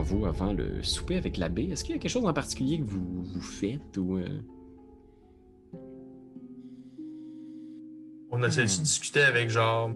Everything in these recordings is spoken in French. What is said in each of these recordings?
vous avant le souper avec l'abbé. Est-ce qu'il y a quelque chose en particulier que vous faites ou... On essaie de discuter avec genre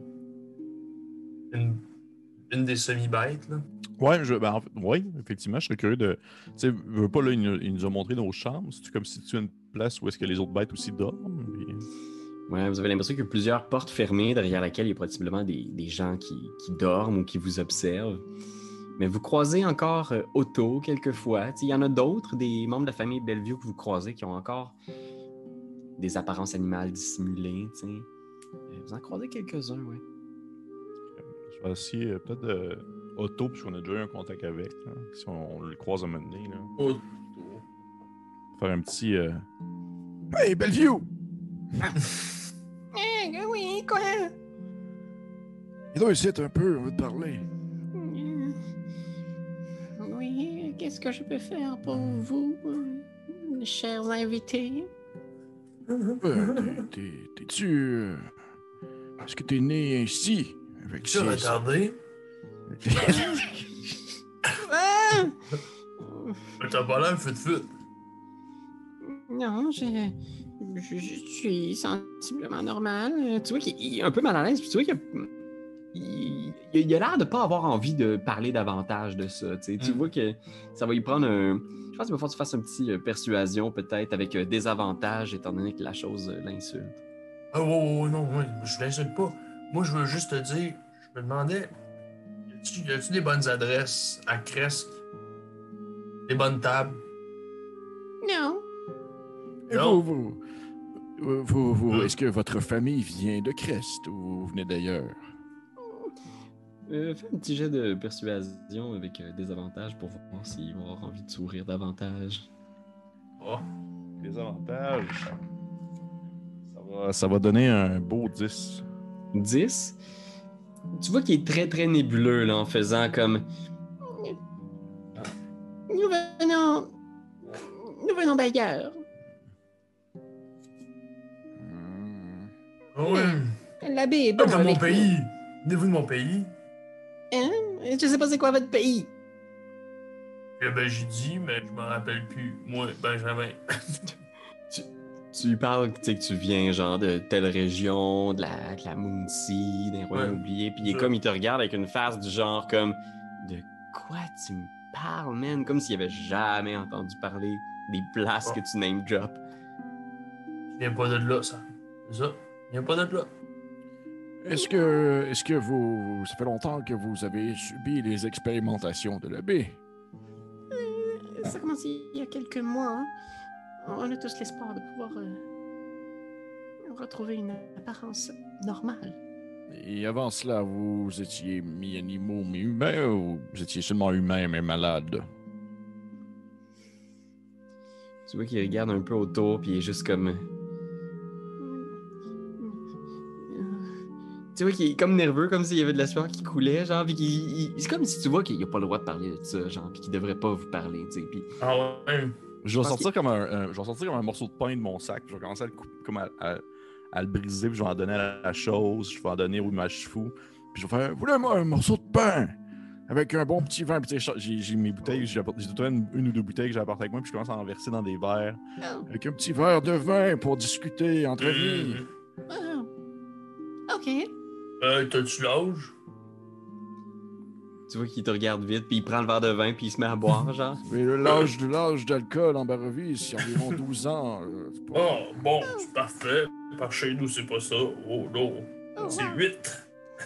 une des semi-bêtes, là. Ouais, ouais, effectivement, je serais curieux de. Tu sais, veux pas, là, il nous a montré nos chambres. C'est comme si tu as une place où est-ce que les autres bêtes aussi dorment. Puis... Ouais, vous avez l'impression qu'il y a plusieurs portes fermées derrière lesquelles il y a possiblement des gens qui dorment ou qui vous observent. Mais vous croisez encore Otto quelquefois. Il y en a d'autres, des membres de la famille Bellevue que vous croisez qui ont encore des apparences animales dissimulées. Vous en croisez quelques-uns, oui. Je vais essayer peut-être de Otto, puisqu'on a déjà eu un contact avec. Là, si on le croise à un moment donné. Là. Otto. Faire un petit... Hey, Bellevue! Oui, quoi? Il doit essayer un peu, on veut te parler. Oui, qu'est-ce que je peux faire pour vous, chers invités? T'es-tu... Est-ce que t'es né ici? Avec Tu es retardé? T'as pas l'air fut-fut. Non, je suis sensiblement normal. Tu vois qu'il est un peu mal à l'aise, puis tu vois qu'il a l'air de pas avoir envie de parler davantage de ça. Tu vois que ça va lui prendre un... Je pense qu'il va falloir que tu fasses un petit persuasion, peut-être, avec des avantages, étant donné que la chose l'insulte. Ah, non, je l'insulte pas. Moi, je veux juste te dire, je me demandais, y a-tu des bonnes adresses à Crest? Des bonnes tables? Non. Et Non. vous, est-ce que votre famille vient de Crest ou vous venez d'ailleurs? Fais un petit jet de persuasion avec des avantages pour voir s'il va avoir envie de sourire davantage. Oh. Les avantages... Ça va donner un beau 10. 10. Tu vois qu'il est très, très nébuleux là, en faisant comme... Nous venons d'ailleurs. Ah ouais. L'abbé est bon Comme mon avec pays. Venez-vous de mon pays? Hein? Je sais pas c'est quoi votre pays. Eh ben, j'ai dit, mais je m'en rappelle plus. Moi, Benjamin. Tu lui parles, tu sais, que tu viens genre de telle région, de la Moon-Sea, des royaumes oubliés, puis il est comme, il te regarde avec une face du genre comme, de quoi tu me parles, man? Comme s'il avait jamais entendu parler des places que tu name drop. Je viens pas de là, ça. C'est ça? Je viens pas de là. Est-ce que vous... Ça fait longtemps que vous avez subi les expérimentations de l'abbé? Ça a commencé il y a quelques mois. Hein? On a tous l'espoir de pouvoir retrouver une apparence normale. Et avant cela, vous étiez mi-animaux, mi-humains, ou vous étiez seulement humain mais malade? Tu vois qu'il regarde un peu autour, puis il est juste comme... Tu vois qu'il est comme nerveux, comme s'il y avait de la sueur qui coulait, genre, puis c'est comme si tu vois qu'il a pas le droit de parler de ça, genre, puis qu'il devrait pas vous parler, tu sais, puis... Ah ouais? Je vais sortir comme un morceau de pain de mon sac. Je vais commencer à le couper, comme à le briser, puis je vais en donner à la chose. Je vais en donner au mâche-fou. Puis je vais faire, voulez-moi un morceau de pain avec un bon petit vin. Puis j'ai mes bouteilles, j'ai tout le temps une ou deux bouteilles que j'apporte avec moi, puis je commence à en verser dans des verres. Avec un petit verre de vin pour discuter entre amis. OK. T'as-tu l'âge? Tu vois qu'il te regarde vite, puis il prend le verre de vin, puis il se met à boire, genre. Mais l'âge d'alcool en Barovie, c'est environ 12 ans. Oh, bon, c'est parfait. Par chez nous, c'est pas ça. Oh non, c'est 8.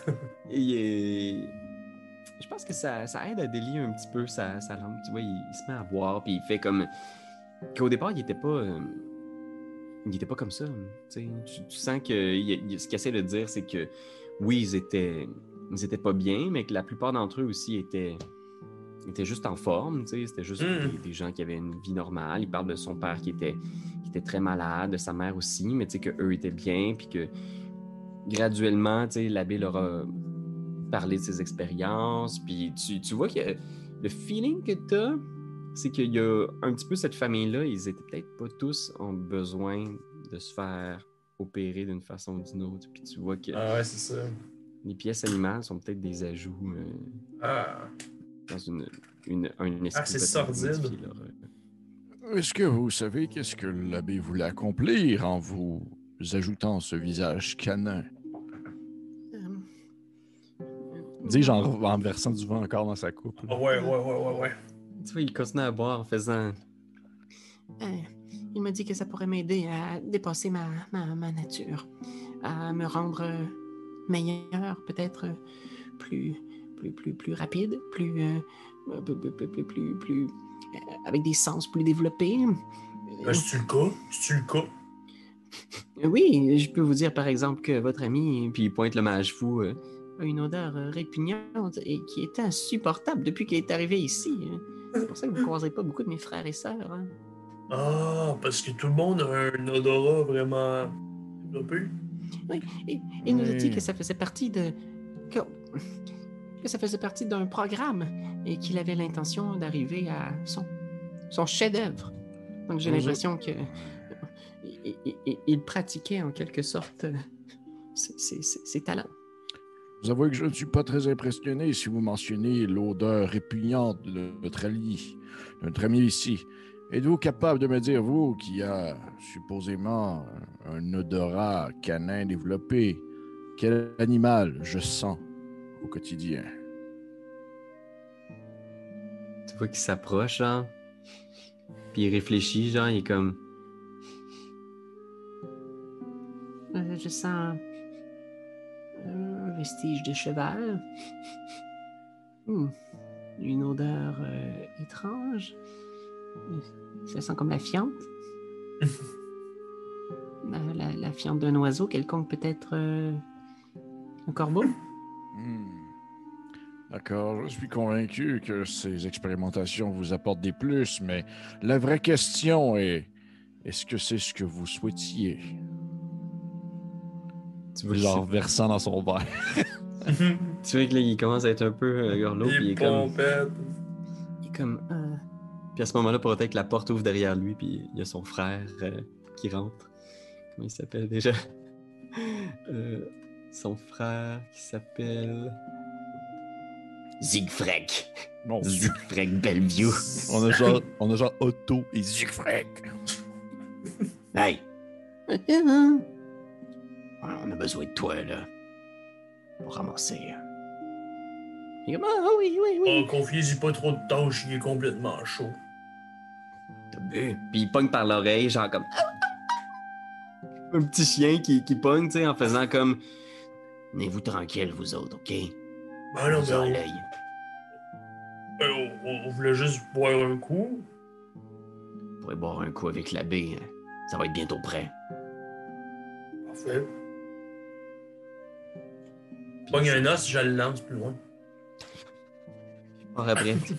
Je pense que ça aide à délier un petit peu sa langue. Tu vois, il se met à boire, puis il fait comme... Qu'au départ, il était pas comme ça. Tu sens que ce qu'il essaie de dire, c'est que oui, ils étaient pas bien, mais que la plupart d'entre eux aussi étaient juste en forme. C'était juste des gens qui avaient une vie normale. Il parle de son père qui était très malade, de sa mère aussi, mais qu'eux étaient bien, puis que graduellement, l'abbé leur a parlé de ses expériences. Puis tu vois que le feeling que tu as, c'est qu'il y a un petit peu cette famille-là, ils étaient peut-être pas tous en besoin de se faire opérer d'une façon ou d'une autre. Puis tu vois que Ah ouais, c'est ça. les pièces animales sont peut-être des ajouts dans un esprit. c'est peut-être sordide. modifié leur, Est-ce que vous savez qu'est-ce que l'abbé voulait accomplir en vous ajoutant ce visage canin? Dis-je en versant du vin encore dans sa coupe. là. Ah ouais. Tu vois, il continue à boire en faisant. Il m'a dit que ça pourrait m'aider à dépasser ma nature, à me rendre meilleur, peut-être plus rapide, plus avec des sens plus développés. C'est-tu le cas? Oui, je peux vous dire par exemple que votre ami, puis il pointe le mage fou, a une odeur répugnante et qui est insupportable depuis qu'il est arrivé ici. C'est pour ça que vous ne croiserez pas beaucoup de mes frères et sœurs. Hein. Ah, parce que tout le monde a un odorat vraiment développé. Oui, et il nous a dit Oui. que ça faisait partie que ça faisait partie d'un programme et qu'il avait l'intention d'arriver à son chef-d'œuvre. Donc j'ai Vous- l'impression que il pratiquait en quelque sorte ses talents. Vous avouez que je ne suis pas très impressionné si vous mentionnez l'odeur répugnante de notre ami ici. Êtes-vous capable de me dire, vous, qui a supposément un odorat canin développé, quel animal je sens au quotidien? Tu vois qu'il s'approche, genre. Puis il réfléchit, genre, il est comme. Je sens un vestige de cheval. Une odeur étrange. Ça sent comme la fiente. la fiente d'un oiseau quelconque, peut-être un corbeau. D'accord, je suis convaincu que ces expérimentations vous apportent des plus, mais la vraie question est, est-ce que c'est ce que vous souhaitiez? Tu vois, Genre versant dans son verre. tu vois que là, il commence à être un peu gorlot, puis il Les est comme. pompettes. Il est comme. Puis à ce moment-là, peut-être que la porte ouvre derrière lui, puis il y a son frère qui rentre. Comment il s'appelle déjà? Son frère qui s'appelle. Siegfried. Mon Dieu. Siegfried Bellevue. On a genre Otto et Siegfried. Hey! On a besoin de toi, là. Pour ramasser. Il est comme, ah oui. Oh, confiez-y pas trop de tâches, il est complètement chaud. T'as bu? Puis il pogne par l'oreille, genre comme. Un petit chien qui pogne, tu sais, en faisant comme. Tenez-vous tranquille, vous autres, OK? Ben non, Vous en l'œil. on voulait juste boire un coup. Vous pourrez boire un coup avec l'abbé. Hein. Ça va être bientôt prêt. Parfait. Pogne un os, je le lance plus loin. Par après. Fait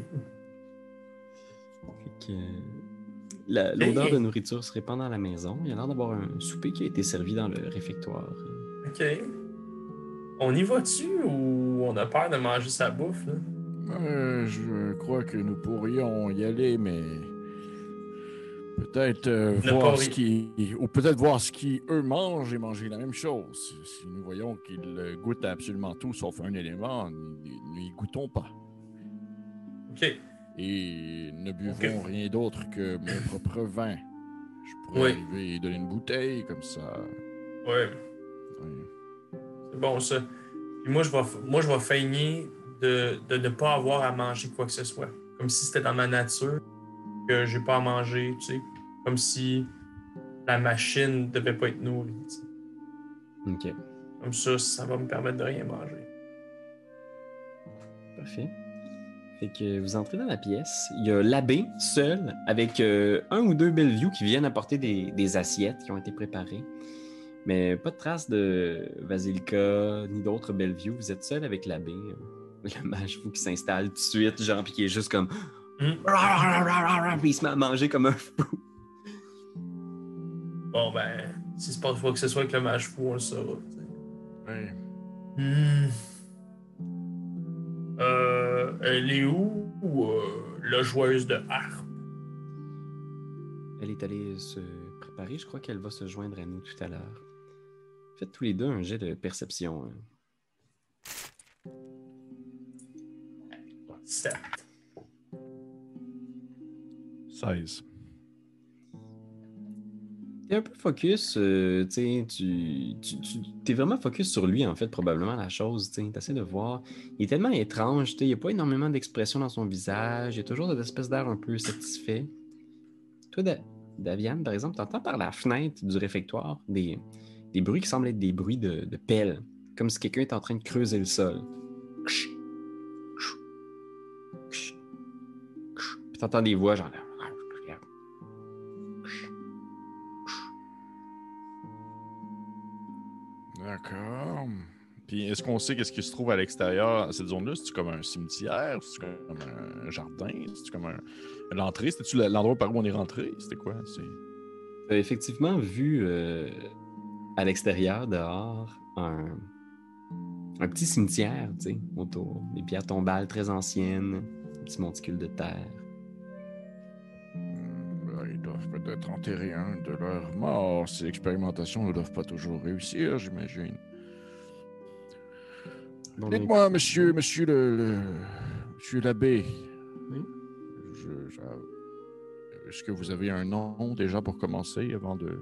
que, l'odeur de nourriture se répand dans la maison. Il y a l'air d'avoir un souper qui a été servi dans le réfectoire. Ok. On y va-tu ou on a peur de manger sa bouffe, là? Je crois que nous pourrions y aller, mais peut-être Ne voir pas ce qui, ou peut-être voir ce qu'ils eux mangent et manger la même chose. Si nous voyons qu'ils goûtent à absolument tout sauf un élément, n'y goûtons pas. Ok. Et ne buvons rien d'autre que mon propre vin. Je pourrais Oui. arriver et donner une bouteille comme ça. Ouais. Oui. C'est bon, ça. Puis moi, je vais feigner de ne pas avoir à manger quoi que ce soit. Comme si c'était dans ma nature que j'ai pas à manger, tu sais. Comme si la machine devait pas être nourrie, tu sais. OK. Comme ça va me permettre de rien manger. Parfait. Fait que vous entrez dans la pièce. Il y a l'abbé seul avec un ou deux Bellevue qui viennent apporter des assiettes qui ont été préparées. Mais pas de traces de Vasilka ni d'autres Bellevue. Vous êtes seul avec l'abbé. Le mage fou qui s'installe tout de suite, genre, puis qui est juste comme. Puis il se met à manger comme un fou. Bon, ben, si c'est pas de fois que ce soit avec le mage fou, on le saura, tu sais. Oui. Elle est où, la joueuse de harpe? Elle est allée se préparer. Je crois qu'elle va se joindre à nous tout à l'heure. Faites tous les deux un jet de perception. 7. 16. T'es un peu focus, tu sais, t'es vraiment focus sur lui, en fait, probablement, la chose, tu sais. T'essaies de voir. Il est tellement étrange, tu sais, il n'y a pas énormément d'expression dans son visage. Il y a toujours cette espèce d'air un peu satisfait. Toi, Daviane, par exemple, t'entends par la fenêtre du réfectoire des bruits qui semblent être des bruits de pelle, comme si quelqu'un est en train de creuser le sol. Puis t'entends des voix genre... D'accord. Puis est-ce qu'on sait qu'est-ce qui se trouve à l'extérieur à cette zone-là? C'est-tu comme un cimetière? C'est-tu comme un jardin? C'est-tu comme l'entrée? C'était-tu l'endroit par où on est rentré? C'était quoi? T'as effectivement vu à l'extérieur, dehors, un petit cimetière, tu sais, autour. Des pierres tombales très anciennes, un petit monticule de terre. Ils doivent peut-être enterrer un de leurs morts. Ces expérimentations ne doivent pas toujours réussir, j'imagine. Bon, Dites-moi, monsieur l'abbé, Oui? est-ce que vous avez un nom déjà pour commencer avant de...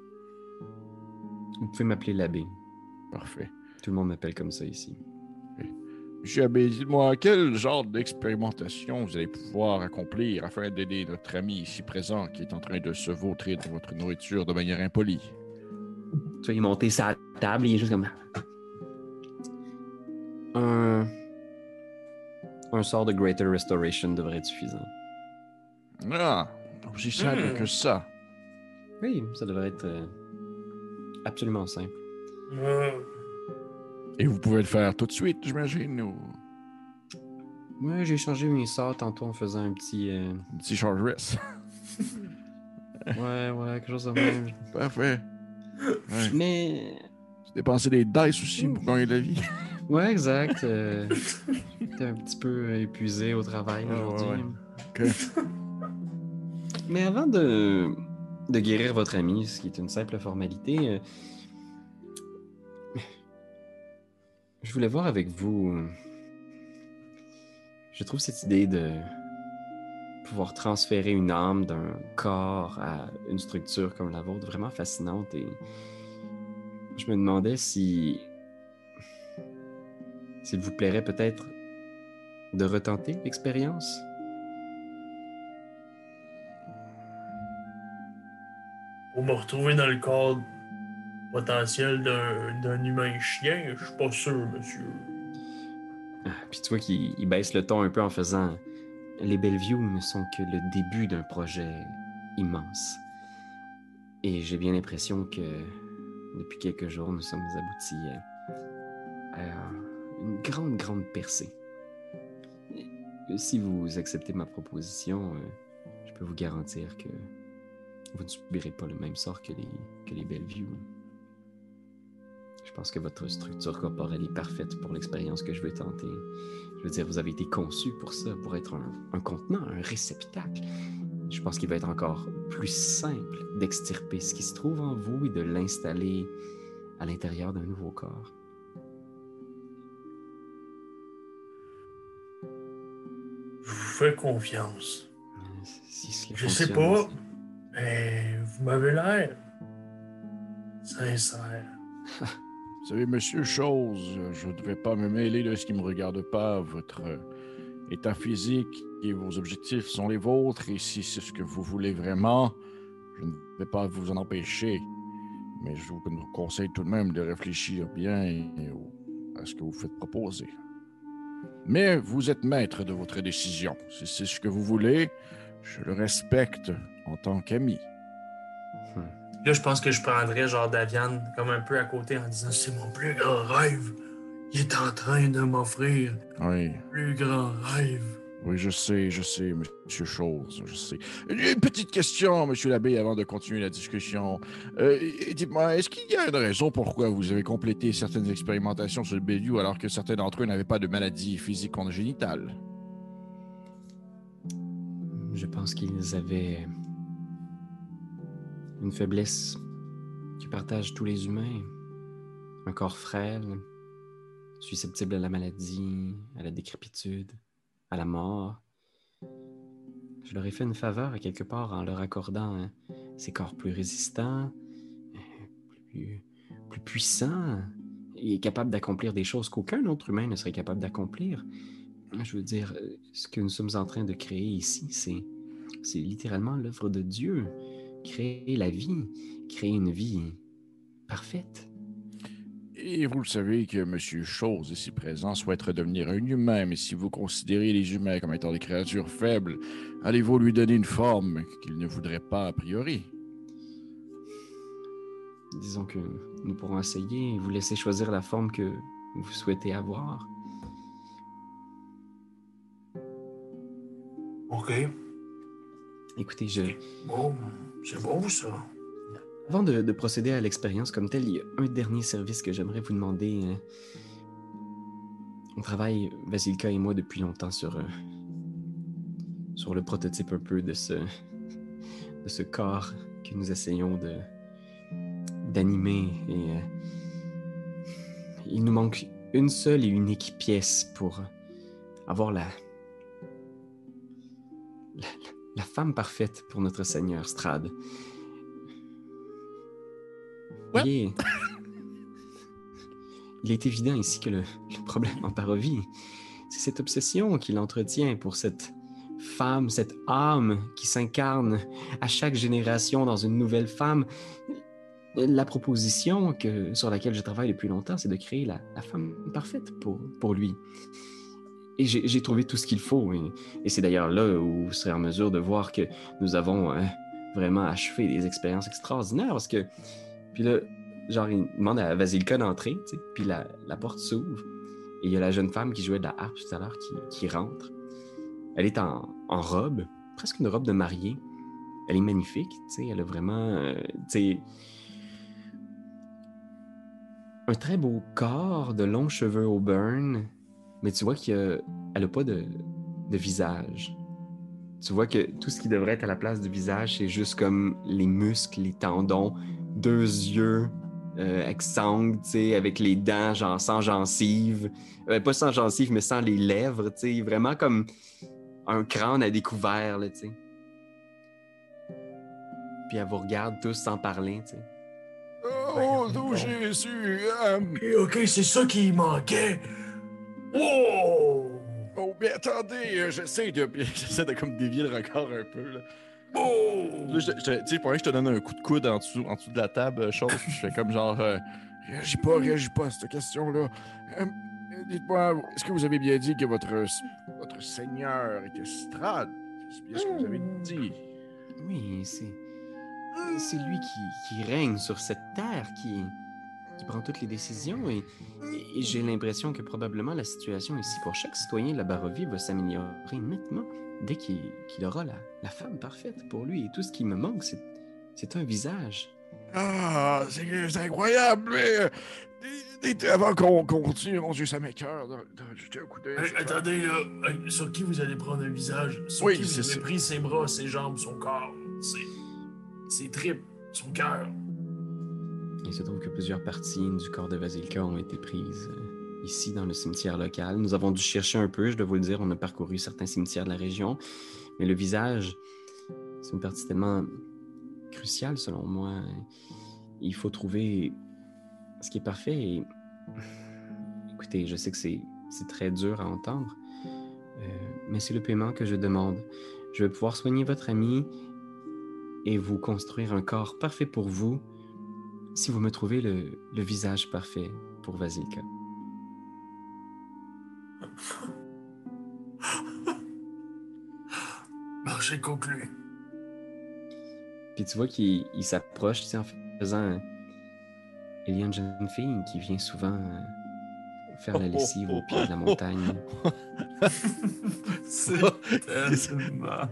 Vous pouvez m'appeler l'abbé. Parfait. Tout le monde m'appelle comme ça ici. Monsieur Abbé, dites-moi, quel genre d'expérimentation vous allez pouvoir accomplir afin d'aider notre ami ici présent qui est en train de se vautrer dans votre nourriture de manière impolie? Tu vois, il est monté sa table, il est juste comme... Un sort de Greater Restoration devrait être suffisant. Ah, aussi simple que ça. Oui, ça devrait être absolument simple. Et vous pouvez le faire tout de suite, j'imagine, ou Ouais, j'ai changé mes sorts tantôt en faisant un petit... un petit short rest. Ouais, quelque chose de même. Parfait. Ouais. Mais... Dépenser des dice aussi pour gagner de la vie. Ouais, exact. J'étais un petit peu épuisé au travail aujourd'hui. Ouais. Mais avant de guérir votre ami, ce qui est une simple formalité, je voulais voir avec vous... Je trouve cette idée de pouvoir transférer une âme d'un corps à une structure comme la vôtre vraiment fascinante et je me demandais s'il vous plairait peut-être de retenter l'expérience. Pour me retrouver dans le corps potentiel d'un humain chien, je suis pas sûr, monsieur. Puis tu vois qu'il baisse le ton un peu en faisant « Les Bellevue ne sont que le début d'un projet immense. » Et j'ai bien l'impression que depuis quelques jours, nous sommes aboutis à une grande percée. Et si vous acceptez ma proposition, je peux vous garantir que vous ne subirez pas le même sort que les Bellevue. Je pense que votre structure corporelle est parfaite pour l'expérience que je veux tenter. Je veux dire, vous avez été conçu pour ça, pour être un contenant, un réceptacle. Je pense qu'il va être encore plus simple d'extirper ce qui se trouve en vous et de l'installer à l'intérieur d'un nouveau corps. Je vous fais confiance. Si cela Je sais fonctionne, pas, mais vous m'avez l'air sincère. Vous savez, monsieur Chose, je ne vais pas me mêler de ce qui ne me regarde pas. Votre état physique et vos objectifs sont les vôtres. Et si c'est ce que vous voulez vraiment, je ne vais pas vous en empêcher. Mais je vous conseille tout de même de réfléchir bien à ce que vous faites proposer. Mais vous êtes maître de votre décision. Si c'est ce que vous voulez, je le respecte en tant qu'ami. Là, je pense que je prendrais genre Daviane comme un peu à côté en disant c'est mon plus grand rêve. Il est en train de m'offrir Oui. plus grand rêve. Oui, je sais, monsieur Chose, je sais. Une petite question, monsieur l'abbé, avant de continuer la discussion. Dites-moi, est-ce qu'il y a une raison pourquoi vous avez complété certaines expérimentations sur le Bellevue alors que certains d'entre eux n'avaient pas de maladie physique congénitale? Je pense qu'ils avaient une faiblesse que partagent tous les humains. Un corps frêle, susceptible à la maladie, à la décrépitude, à la mort. Je leur ai fait une faveur à quelque part en leur accordant ces corps plus résistants, plus, plus puissants et capables d'accomplir des choses qu'aucun autre humain ne serait capable d'accomplir. Je veux dire, ce que nous sommes en train de créer ici, c'est littéralement l'œuvre de Dieu. Créer la vie, créer une vie parfaite. Et vous le savez que M. Chose, ici présent, souhaite redevenir un humain, mais si vous considérez les humains comme étant des créatures faibles, allez-vous lui donner une forme qu'il ne voudrait pas a priori? Disons que nous pourrons essayer et vous laisser choisir la forme que vous souhaitez avoir. OK. Écoutez, Bon, c'est bon, ça. avant de procéder à l'expérience comme telle, il y a un dernier service que j'aimerais vous demander. On travaille, Vasilka et moi, depuis longtemps sur le prototype un peu de ce corps que nous essayons d'animer. Et il nous manque une seule et unique pièce pour avoir la femme parfaite pour notre Seigneur Strahd. Ouais. Il est évident ici que le problème en Barovie, c'est cette obsession qu'il entretient pour cette femme, cette âme qui s'incarne à chaque génération dans une nouvelle femme. La proposition sur laquelle je travaille depuis longtemps, c'est de créer la femme parfaite pour lui. Et j'ai trouvé tout ce qu'il faut. Et c'est d'ailleurs là où vous serez en mesure de voir que nous avons vraiment achevé des expériences extraordinaires. Parce que, puis là, genre, il demande à Vasilka d'entrer, tu sais, puis la porte s'ouvre. Et il y a la jeune femme qui jouait de la harpe tout à l'heure qui rentre. Elle est en robe, presque une robe de mariée. Elle est magnifique, tu sais, elle a vraiment, tu sais, un très beau corps, de longs cheveux auburn. Mais tu vois qu'elle n'a pas de visage. Tu vois que tout ce qui devrait être à la place du visage, c'est juste comme les muscles, les tendons, 2 yeux exsangues, tu sais, avec les dents, genre sans gencives. Pas sans gencives, mais sans les lèvres, tu sais. Vraiment comme un crâne à découvert, là, tu sais. Puis elle vous regarde tous sans parler, tu sais. Oh, d'où Jésus! OK, c'est ça qui manquait. Oh! Oh, mais attendez, j'essaie de comme dévier le regard un peu, là. Oh! Là, tu sais, pendant que je te donne un coup de coude en dessous de la table, chose, je fais comme genre, réagis pas à cette question-là. Dites-moi, est-ce que vous avez bien dit que votre seigneur était Strahd? C'est bien ce que vous avez dit. Oui, c'est lui qui règne sur cette terre, qui prend toutes les décisions et j'ai l'impression que probablement la situation ici pour chaque citoyen de la Barovie va s'améliorer nettement dès qu'il aura la femme parfaite pour lui. Et tout ce qui me manque, c'est un visage. Ah, c'est incroyable, mais avant qu'on continue, mon Dieu, ça m'écoeure de jeter un coup d'œil. Attendez, là, sur qui vous allez prendre un visage? Sur qui vous avez pris ses bras, ses jambes, son corps, ses tripes, son cœur? Il se trouve que plusieurs parties du corps de Vasilka ont été prises ici dans le cimetière local. Nous avons dû chercher un peu, je dois vous le dire, on a parcouru certains cimetières de la région, mais le visage, c'est une partie tellement cruciale selon moi. Il faut trouver ce qui est parfait et... Écoutez, je sais que c'est très dur à entendre, mais c'est le paiement que je demande. Je vais pouvoir soigner votre ami et vous construire un corps parfait pour vous si vous me trouvez le visage parfait pour Vasilka. Marché conclu. Puis tu vois qu'il s'approche, tu sais, en faisant... Il y a une jeune fille qui vient souvent faire la lessive au pied de la montagne. C'est tellement...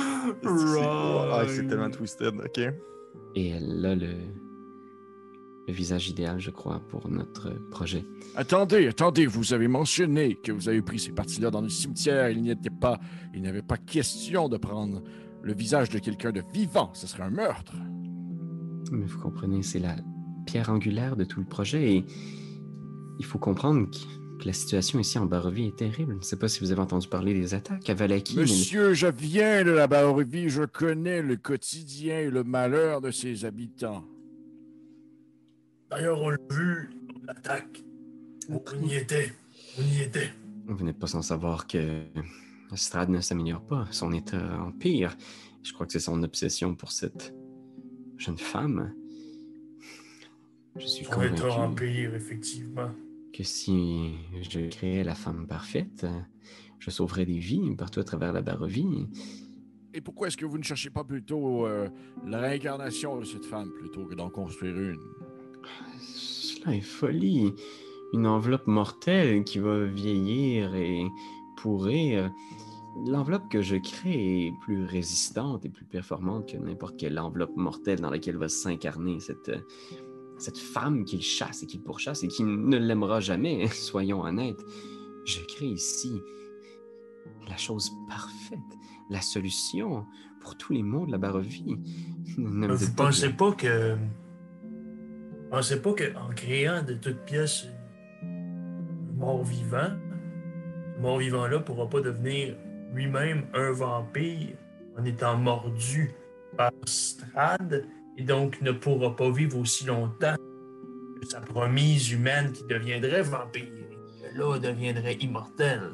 C'est tellement twisted, ok. Et elle a le visage idéal, je crois, pour notre projet. Attendez, vous avez mentionné que vous avez pris ces parties-là dans le cimetière. Il n'avait pas question de prendre le visage de quelqu'un de vivant. Ce serait un meurtre. Mais vous comprenez, c'est la pierre angulaire de tout le projet et il faut comprendre que la situation ici en Barovie est terrible. Je ne sais pas si vous avez entendu parler des attaques à Valaki. Monsieur, je viens de la Barovie, je connais le quotidien et le malheur de ses habitants. D'ailleurs, on l'a vu, l'attaque. On y était. Vous n'êtes pas sans savoir que Strad ne s'améliore pas. Son état empire. Je crois que c'est son obsession pour cette jeune femme. Je suis Son état convaincu empire, effectivement. que si je créais la femme parfaite, je sauverais des vies partout à travers la Barovie. Et pourquoi est-ce que vous ne cherchez pas plutôt la réincarnation de cette femme plutôt que d'en construire une? Cela est folie. Une enveloppe mortelle qui va vieillir et pourrir. L'enveloppe que je crée est plus résistante et plus performante que n'importe quelle enveloppe mortelle dans laquelle va s'incarner cette femme qu'il chasse et qu'il pourchasse et qui ne l'aimera jamais, soyons honnêtes. Je crée ici la chose parfaite, la solution pour tous les maux de la Barovie. Vous pensez pas que... Pensez pas qu'en créant de toutes pièces un mort-vivant, ce mort-vivant-là ne pourra pas devenir lui-même un vampire en étant mordu par Strad et donc ne pourra pas vivre aussi longtemps que sa promise humaine qui deviendrait vampire et qui là deviendrait immortel.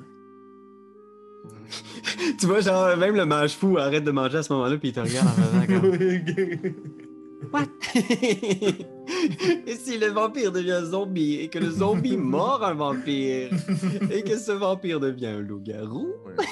Tu vois, genre, même le mange-fou arrête de manger à ce moment-là puis il te regarde en faisant comme... What? Et si le vampire devient un zombie et que le zombie mord un vampire et que ce vampire devient un loup-garou?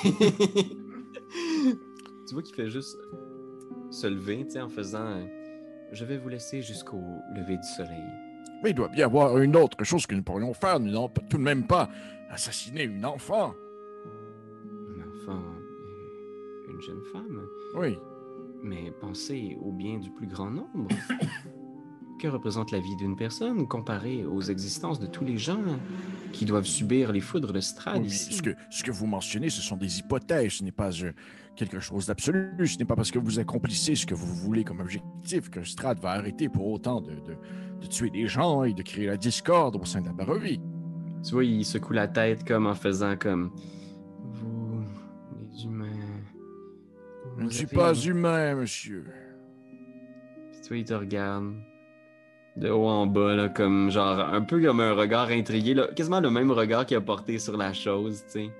Tu vois qu'il fait juste se lever, tu sais, en faisant je vais vous laisser jusqu'au lever du soleil. Mais il doit bien y avoir une autre chose que nous pourrions faire. Nous n'allons tout de même pas assassiner une enfant. Un enfant, une jeune femme. Oui. Mais pensez au bien du plus grand nombre. Que représente la vie d'une personne comparée aux existences de tous les gens qui doivent subir les foudres de Strad Oui, ici? ce que vous mentionnez, ce sont des hypothèses. Ce n'est pas quelque chose d'absolu. Ce n'est pas parce que vous accomplissez ce que vous voulez comme objectif que Strad va arrêter pour autant de tuer des gens et de créer la discorde au sein de la Barovie. Tu vois, il secoue la tête comme en faisant comme... Vous, les humains... Je ne suis pas humain, monsieur. Puis tu vois, il te regarde de haut en bas, là, comme genre un peu comme un regard intrigué, là, quasiment le même regard qu'il a porté sur la chose, tu sais.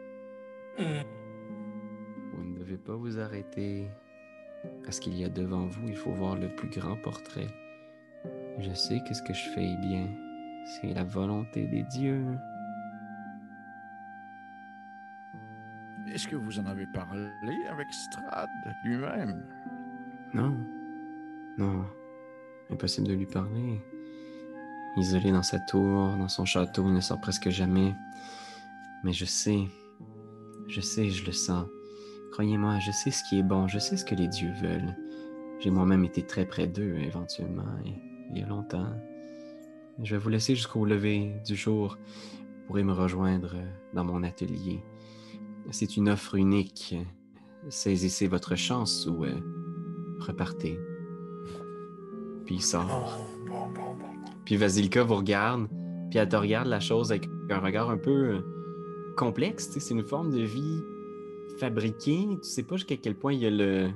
Vous ne devez pas vous arrêter à ce qu'il y a devant vous. Il faut voir le plus grand portrait. Je sais que ce que je fais est bien. C'est la volonté des dieux. Est-ce que vous en avez parlé avec Strad lui-même? Non. Non. Impossible de lui parler. Isolé dans sa tour, dans son château, il ne sort presque jamais. Mais je sais, je le sens. Croyez-moi, je sais ce qui est bon, je sais ce que les dieux veulent. J'ai moi-même été très près d'eux, éventuellement, il y a longtemps. Je vais vous laisser jusqu'au lever du jour. Vous pourrez me rejoindre dans mon atelier. C'est une offre unique. Saisissez votre chance ou repartez. Puis il sort. Puis Vasilka vous regarde, puis elle te regarde la chose avec un regard un peu complexe. Tu sais, c'est une forme de vie fabriquée. Tu sais pas jusqu'à quel point il y a le...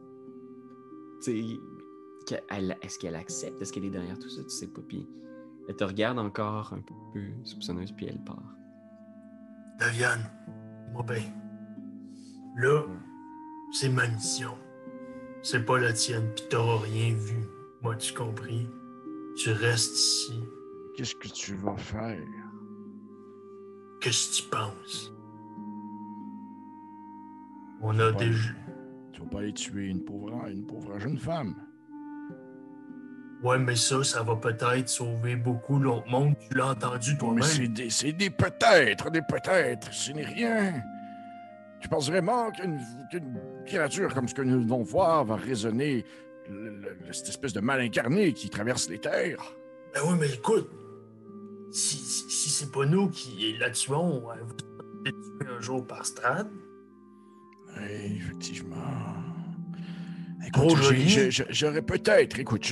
Tu sais, est-ce qu'elle accepte? Est-ce qu'elle est derrière tout ça? Tu sais pas. Puis elle te regarde encore un peu soupçonneuse, puis elle part. Daviane, moi ben, là, c'est ma mission. C'est pas la tienne, pis t'auras rien vu. Moi, tu compris? Tu restes ici. Qu'est-ce que tu vas faire? Qu'est-ce que tu penses? On a déjà... Tu vas pas aller tuer une pauvre jeune femme. Ouais, mais ça va peut-être sauver beaucoup l'autre monde. Tu l'as entendu toi-même. Mais c'est des peut-être. Ce n'est rien. Tu penses vraiment qu'une créature comme ce que nous devons voir va raisonner cette espèce de mal incarné qui traverse les terres? Ben oui, mais écoute, si c'est pas nous qui la tuons, vous serez tué un jour par Strad. Oui, effectivement. Écoute, j'aurais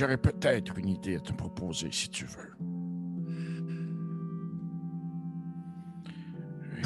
peut-être une idée à te proposer, si tu veux.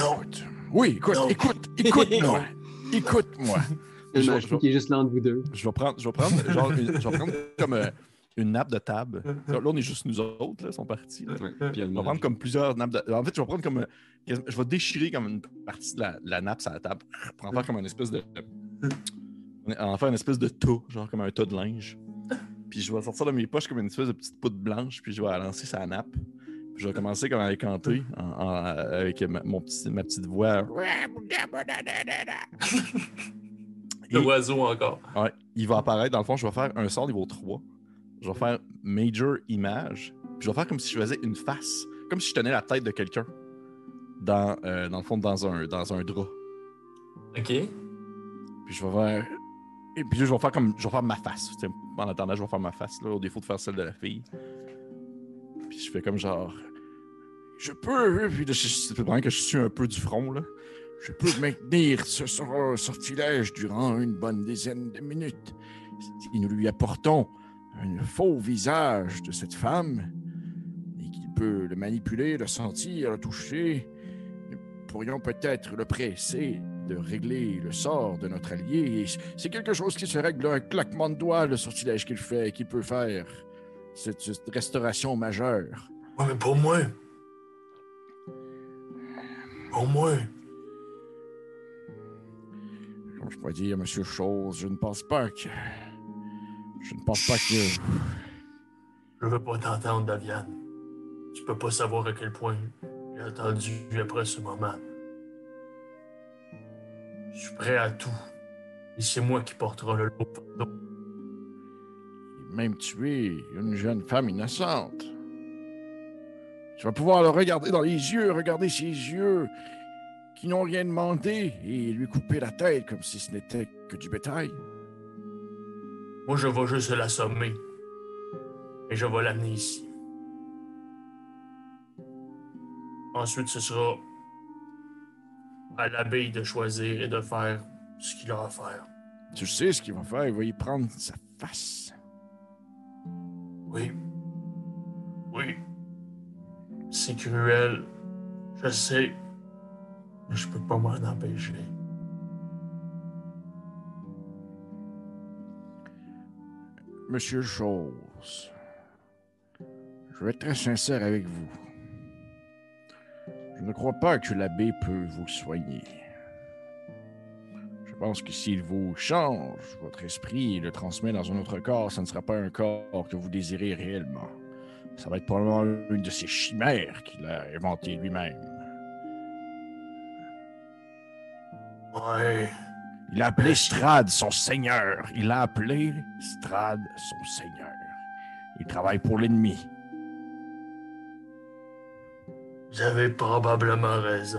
Non. Oui, écoute, Non. écoute-moi. Écoute-moi. Le Je- match je- qui est juste là entre vous deux. Je vais prendre comme une nappe de table. Là, on est juste nous autres, là, ils sont partis. Là. Ouais, puis il y a le Je vais prendre mage. comme plusieurs nappes de... En fait, je vais prendre comme... Je vais déchirer comme une partie de la nappe sur la table pour en faire comme une espèce de... En faire une espèce de tas, genre comme un tas de linge. Puis je vais sortir de mes poches comme une espèce de petite poudre blanche, puis je vais la lancer sur la nappe. Puis je vais commencer comme à les canter avec ma petite voix. Et, L'oiseau encore. ouais, il va apparaître, dans le fond, je vais faire un sort niveau 3. Je vais faire Major Image. Puis je vais faire comme si je faisais une face. Comme si je tenais la tête de quelqu'un. Dans le fond, dans un drap. OK. Puis je vais faire. Et puis je vais faire comme. Je vais faire ma face. Tu sais, en attendant, je vais faire ma face, là, au défaut de faire celle de la fille. Puis je fais comme genre. Je peux. Puis là, c'est vraiment que je suis un peu du front, là. Je peux maintenir ce sortilège durant une bonne dizaine de minutes. Si nous lui apportons un faux visage de cette femme et qu'il peut le manipuler, le sentir, le toucher, nous pourrions peut-être le presser de régler le sort de notre allié. Et c'est quelque chose qui se règle un claquement de doigts, le sortilège qu'il fait, qu'il peut faire. Cette restauration majeure. Ouais, mais pour moi. Pour moi. Je pourrais dire, Monsieur Chose, je ne pense pas que... Je veux pas t'entendre, Daviane. Tu peux pas savoir à quel point j'ai attendu après ce moment. Je suis prêt à tout. Et c'est moi qui portera le lot fardeau. Même tuer une jeune femme innocente. Tu vas pouvoir le regarder dans les yeux, regarder ses yeux qui n'ont rien demandé et lui couper la tête comme si ce n'était que du bétail. Moi, je vais juste l'assommer. Et je vais l'amener ici. Ensuite, ce sera à l'abeille de choisir et de faire ce qu'il a à faire. Tu sais ce qu'il va faire, il va y prendre sa face. Oui. Oui. C'est cruel. Je sais. Mais je peux pas m'en empêcher. Monsieur Chose, je vais être très sincère avec vous. Je ne crois pas que l'abbé peut vous soigner. Je pense que s'il vous change votre esprit et le transmet dans un autre corps, ça ne sera pas un corps que vous désirez réellement. Ça va être probablement une de ces chimères qu'il a inventées lui-même. Ouais. Il a appelé Strad son seigneur. Il a appelé Strad son seigneur. Il travaille pour l'ennemi. Vous avez probablement raison.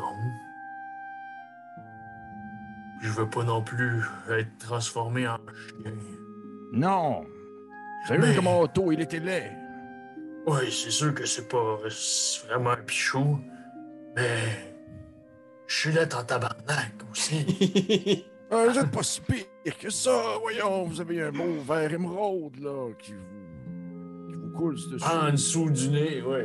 Je veux pas non plus être transformé en chien. Non! Vous avez vu comment Otto, il était laid? Oui, c'est sûr que c'est pas vraiment un pichou, mais je suis là en tabarnak aussi. Vous êtes pas si pire que ça! Voyons, vous avez un beau vert émeraude, là, qui vous coule dessus. En dessous du nez, oui.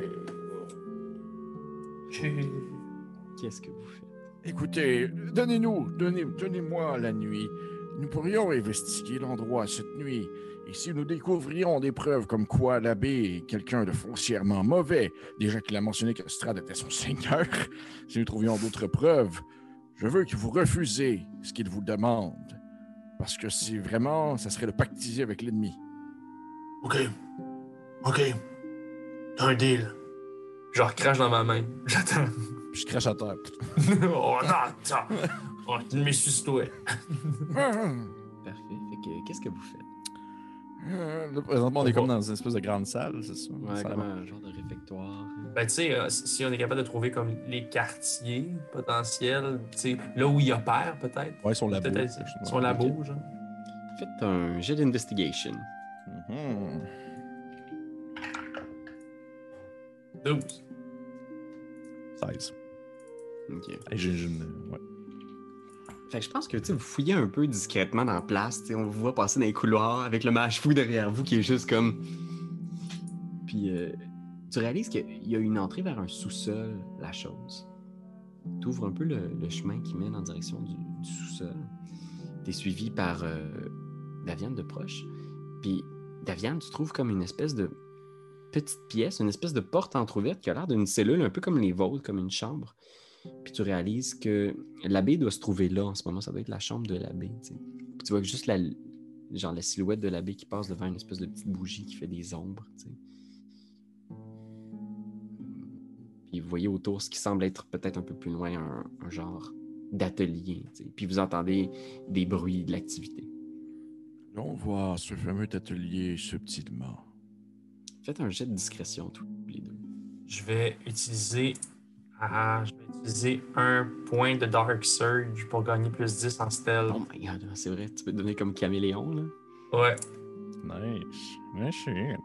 Qu'est-ce que vous faites? Écoutez, donnez-moi la nuit. Nous pourrions investiguer l'endroit cette nuit. Et si nous découvrions des preuves comme quoi l'abbé est quelqu'un de foncièrement mauvais, déjà qu'il a mentionné que Strad était son seigneur, si nous trouvions d'autres preuves, je veux que vous refusez ce qu'il vous demande. Parce que c'est vraiment, ça serait de pactiser avec l'ennemi. OK. T'as un deal. Je recrache dans ma main. J'attends. Puis je crache à terre. Oh non, attends. Oh, tu m'essuie-toi. Parfait. Fait que, qu'est-ce que vous faites? Là, présentement, on est comme dans une espèce de grande salle, c'est ça? Ouais, comme un genre de réfectoire. Ben, tu sais, si on est capable de trouver comme les quartiers potentiels, tu sais, là où il opère, peut-être. Ouais, son labo. Peut-être son labo, genre. Faites un jet d'investigation. 12. 16. Ok. Ouais. Fait que je pense que vous fouillez un peu discrètement dans la place. On vous voit passer dans les couloirs avec le mage fou derrière vous qui est juste comme. Puis tu réalises qu'il y a une entrée vers un sous-sol, la chose. tu ouvres un peu le chemin qui mène en direction du sous-sol. Tu es suivi par Daviane de proche. Puis, Daviane, tu trouves comme une espèce de petite pièce, une espèce de porte entrouverte qui a l'air d'une cellule, un peu comme les vôtres, comme une chambre. Puis tu réalises que l'abbé doit se trouver là en ce moment. Ça doit être la chambre de l'abbé. Puis tu vois que juste la silhouette de l'abbé qui passe devant une espèce de petite bougie qui fait des ombres. T'sais. Puis vous voyez autour ce qui semble être peut-être un peu plus loin un genre d'atelier. T'sais. Puis vous entendez des bruits de l'activité. On voit ce fameux atelier subtilement. Faites un jet de discrétion tous les deux. Je vais utiliser un point de Dark Surge pour gagner plus 10 en stealth. Oh my god, c'est vrai, tu peux te donner comme caméléon, là. Ouais, Nice. Ouais, shit.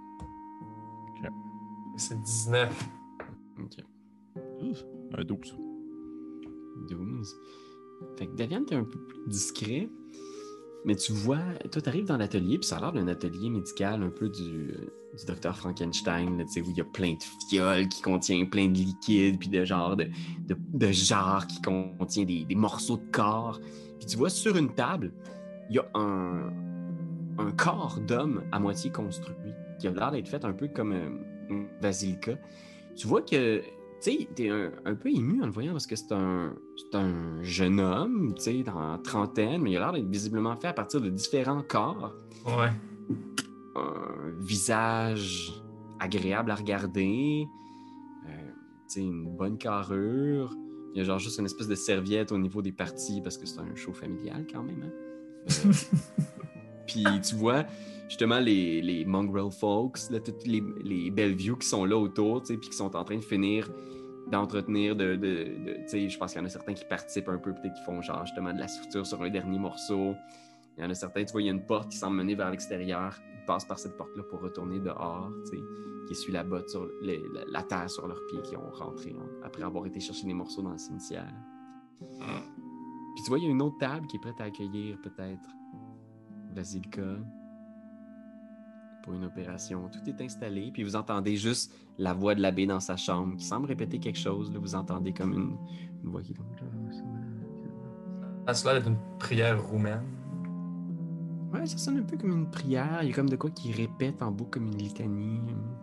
c'est 19. Ok. Un 12. 12. Fait que Daviane, t'es un peu plus discret, mais tu vois, toi, t'arrives dans l'atelier, puis ça a l'air d'un atelier médical un peu du docteur Frankenstein, là, où il y a plein de fioles qui contiennent plein de liquides, puis de genre de jarres qui contiennent des morceaux de corps. Puis tu vois, sur une table, il y a un corps d'homme à moitié construit, qui a l'air d'être fait un peu comme une basilica. Tu vois que, tu sais, t'es un peu ému en le voyant parce que c'est un jeune homme, tu sais, dans la trentaine, mais il a l'air d'être visiblement fait à partir de différents corps. Ouais. Un visage agréable à regarder, une bonne carrure. Il y a genre juste une espèce de serviette au niveau des parties parce que c'est un show familial quand même. Hein? Puis tu vois justement les Mongrel Folks, là, toutes les Bellevue qui sont là autour, puis qui sont en train de finir d'entretenir je pense qu'il y en a certains qui participent un peu, peut-être qui font genre justement de la suture sur un dernier morceau. Il y en a certains, tu vois, il y a une porte qui semble mener vers l'extérieur. Ils passent par cette porte-là pour retourner dehors, qui essuient la botte sur la terre sur leurs pieds, qui ont rentré après avoir été chercher des morceaux dans le cimetière. Puis tu vois, il y a une autre table qui est prête à accueillir peut-être Vasilka pour une opération. Tout est installé, puis vous entendez juste la voix de l'abbé dans sa chambre qui semble répéter quelque chose. Là, vous entendez comme une voix qui... Ça a l'air d'être une prière roumaine. Ouais, ça sonne un peu comme une prière. Il y a comme de quoi qui répète en boucle comme une litanie.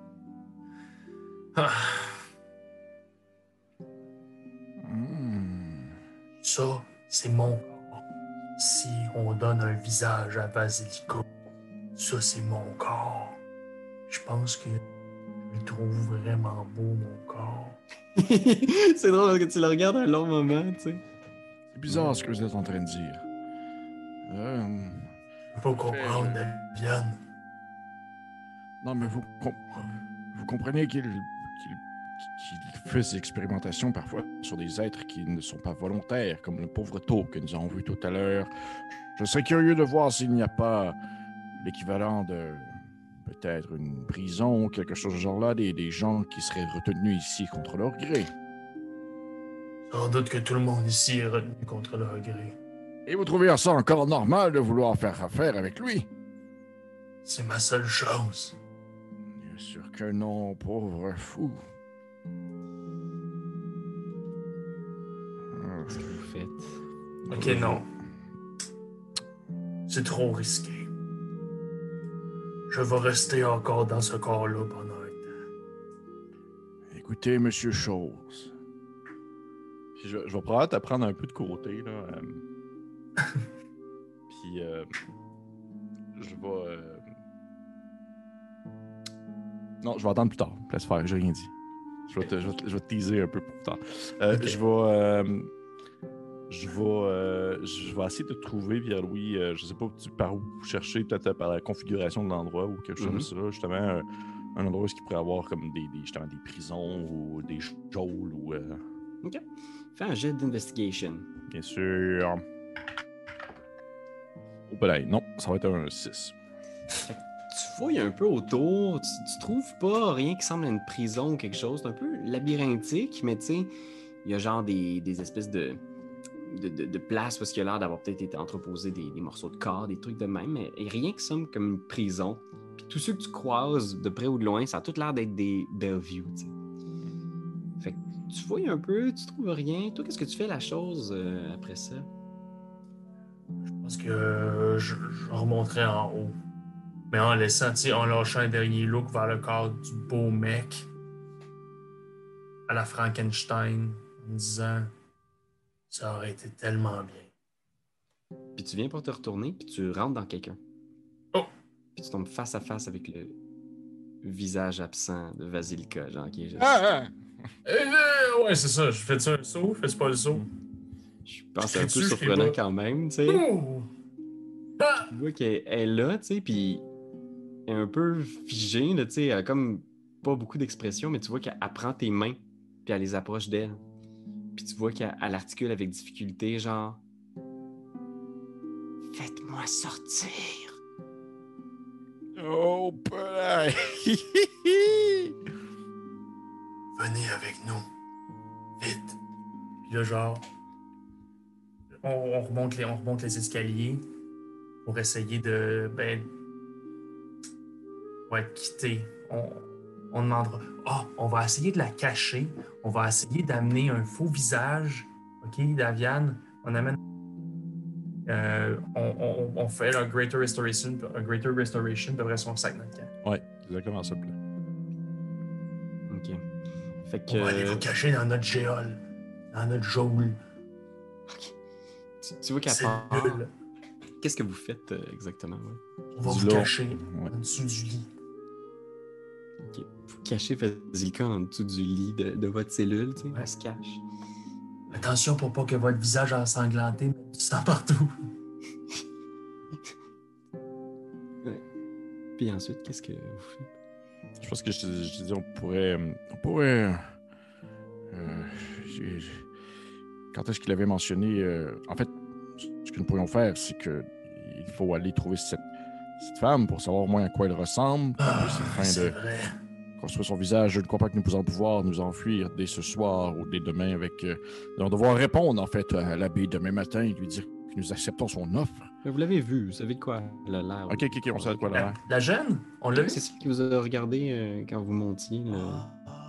Ah. Mm. Ça, c'est mon corps. Si on donne un visage à Basilico, ça, c'est mon corps. Je pense que je le trouve vraiment beau, mon corps. C'est drôle parce que tu le regardes un long moment, tu sais. C'est bizarre ce que vous êtes en train de dire. Je peux pas comprendre la viande. Non, mais vous comprenez qu'il fait des expérimentations parfois sur des êtres qui ne sont pas volontaires, comme le pauvre taupe que nous avons vu tout à l'heure. Je serais curieux de voir s'il n'y a pas l'équivalent de peut-être une prison ou quelque chose de genre-là, des gens qui seraient retenus ici contre leur gré. Sans doute que tout le monde ici est retenu contre leur gré. Et vous trouvez ça encore normal de vouloir faire affaire avec lui? C'est ma seule chance. Bien sûr que non, pauvre fou. Qu'est-ce que vous faites? Ok, non. C'est trop risqué. Je vais rester encore dans ce corps-là pendant un temps. Écoutez, Monsieur Chose. Puis je vais probablement te prendre un peu de côté, là. Puis je vais... Non, je vais attendre plus tard. Laisse faire, j'ai rien dit. Je vais te teaser un peu plus tard. Okay. Je vais essayer de trouver, Pierre-Louis, je sais pas par où chercher, peut-être par la configuration de l'endroit ou quelque chose comme ça, justement, un endroit où il pourrait y avoir comme justement des prisons ou des geôles ou... OK. Fais un jet d'investigation. Bien sûr. Oh, ben non, ça va être un 6. Tu fouilles un peu autour, tu trouves pas rien qui semble à une prison ou quelque chose. C'est un peu labyrinthique, mais tu sais, il y a genre des espèces de places où il y a l'air d'avoir peut-être été entreposé des morceaux de corps, des trucs de même, mais rien qui semble comme une prison. Puis tous ceux que tu croises, de près ou de loin, ça a tout l'air d'être des Bellevue, tu sais. Fait que tu fouilles un peu, tu trouves rien. Toi, qu'est-ce que tu fais la chose après ça? Je pense que je remonterai en haut. Mais en laissant, tu sais, en lâchant un dernier look vers le corps du beau mec à la Frankenstein, en me disant ça aurait été tellement bien. Puis tu viens pour te retourner, puis tu rentres dans quelqu'un. Oh! Puis tu tombes face à face avec le visage absent de Vasilka, genre qui est juste... Ouais, c'est ça. Je fais-tu un saut? Fais-tu pas le saut? Je pense que c'est un Je peu crie-tu, je surprenant crie pas? quand même, tu sais. Oh! Ah! Tu vois qu'elle est là, tu sais, puis elle est un peu figée, là, tu sais. Elle a comme pas beaucoup d'expression, mais tu vois qu'elle prend tes mains, puis elle les approche d'elle. Puis tu vois qu'elle articule avec difficulté, genre... Faites-moi sortir. Oh, boy! Venez avec nous. Vite. Puis là, genre, on remonte les escaliers pour essayer de, quitter. On demandera, on va essayer de la cacher. On va essayer d'amener un faux visage. OK, Daviane, on amène... on fait un Greater Restoration, puis après ça, on sac notre camp. Ouais, exactement ça. OK. Fait On va aller vous que... cacher dans notre géole, dans notre geôle. Tu vois qu'elle C'est part... nul. Qu'est-ce que vous faites exactement? Ouais? On va vous Dis-le. cacher Ouais. en dessous du lit. OK. Vous cachez Vasilka en dessous du lit de votre cellule, tu sais. Ouais. Elle se cache. Attention pour pas que votre visage ensanglanté mette du sang partout. Puis ensuite, qu'est-ce que vous faites? Je pense que je te dis, on pourrait. Quand est-ce qu'il avait mentionné... en fait, ce que nous pourrions faire, c'est que il faut aller trouver cette femme pour savoir au moins à quoi elle ressemble. C'est vrai. Construire son visage. Je ne crois pas que nous pouvons pouvoir nous enfuir dès ce soir ou dès demain avec... nous allons devoir répondre, en fait, à l'abbé demain matin et lui dire que nous acceptons son offre. Mais vous l'avez vu, vous savez de quoi elle a l'air. OK, on sait de quoi elle a l'air. La jeune, on l'a vu. C'est celle qui vous a regardé quand vous montiez. Là.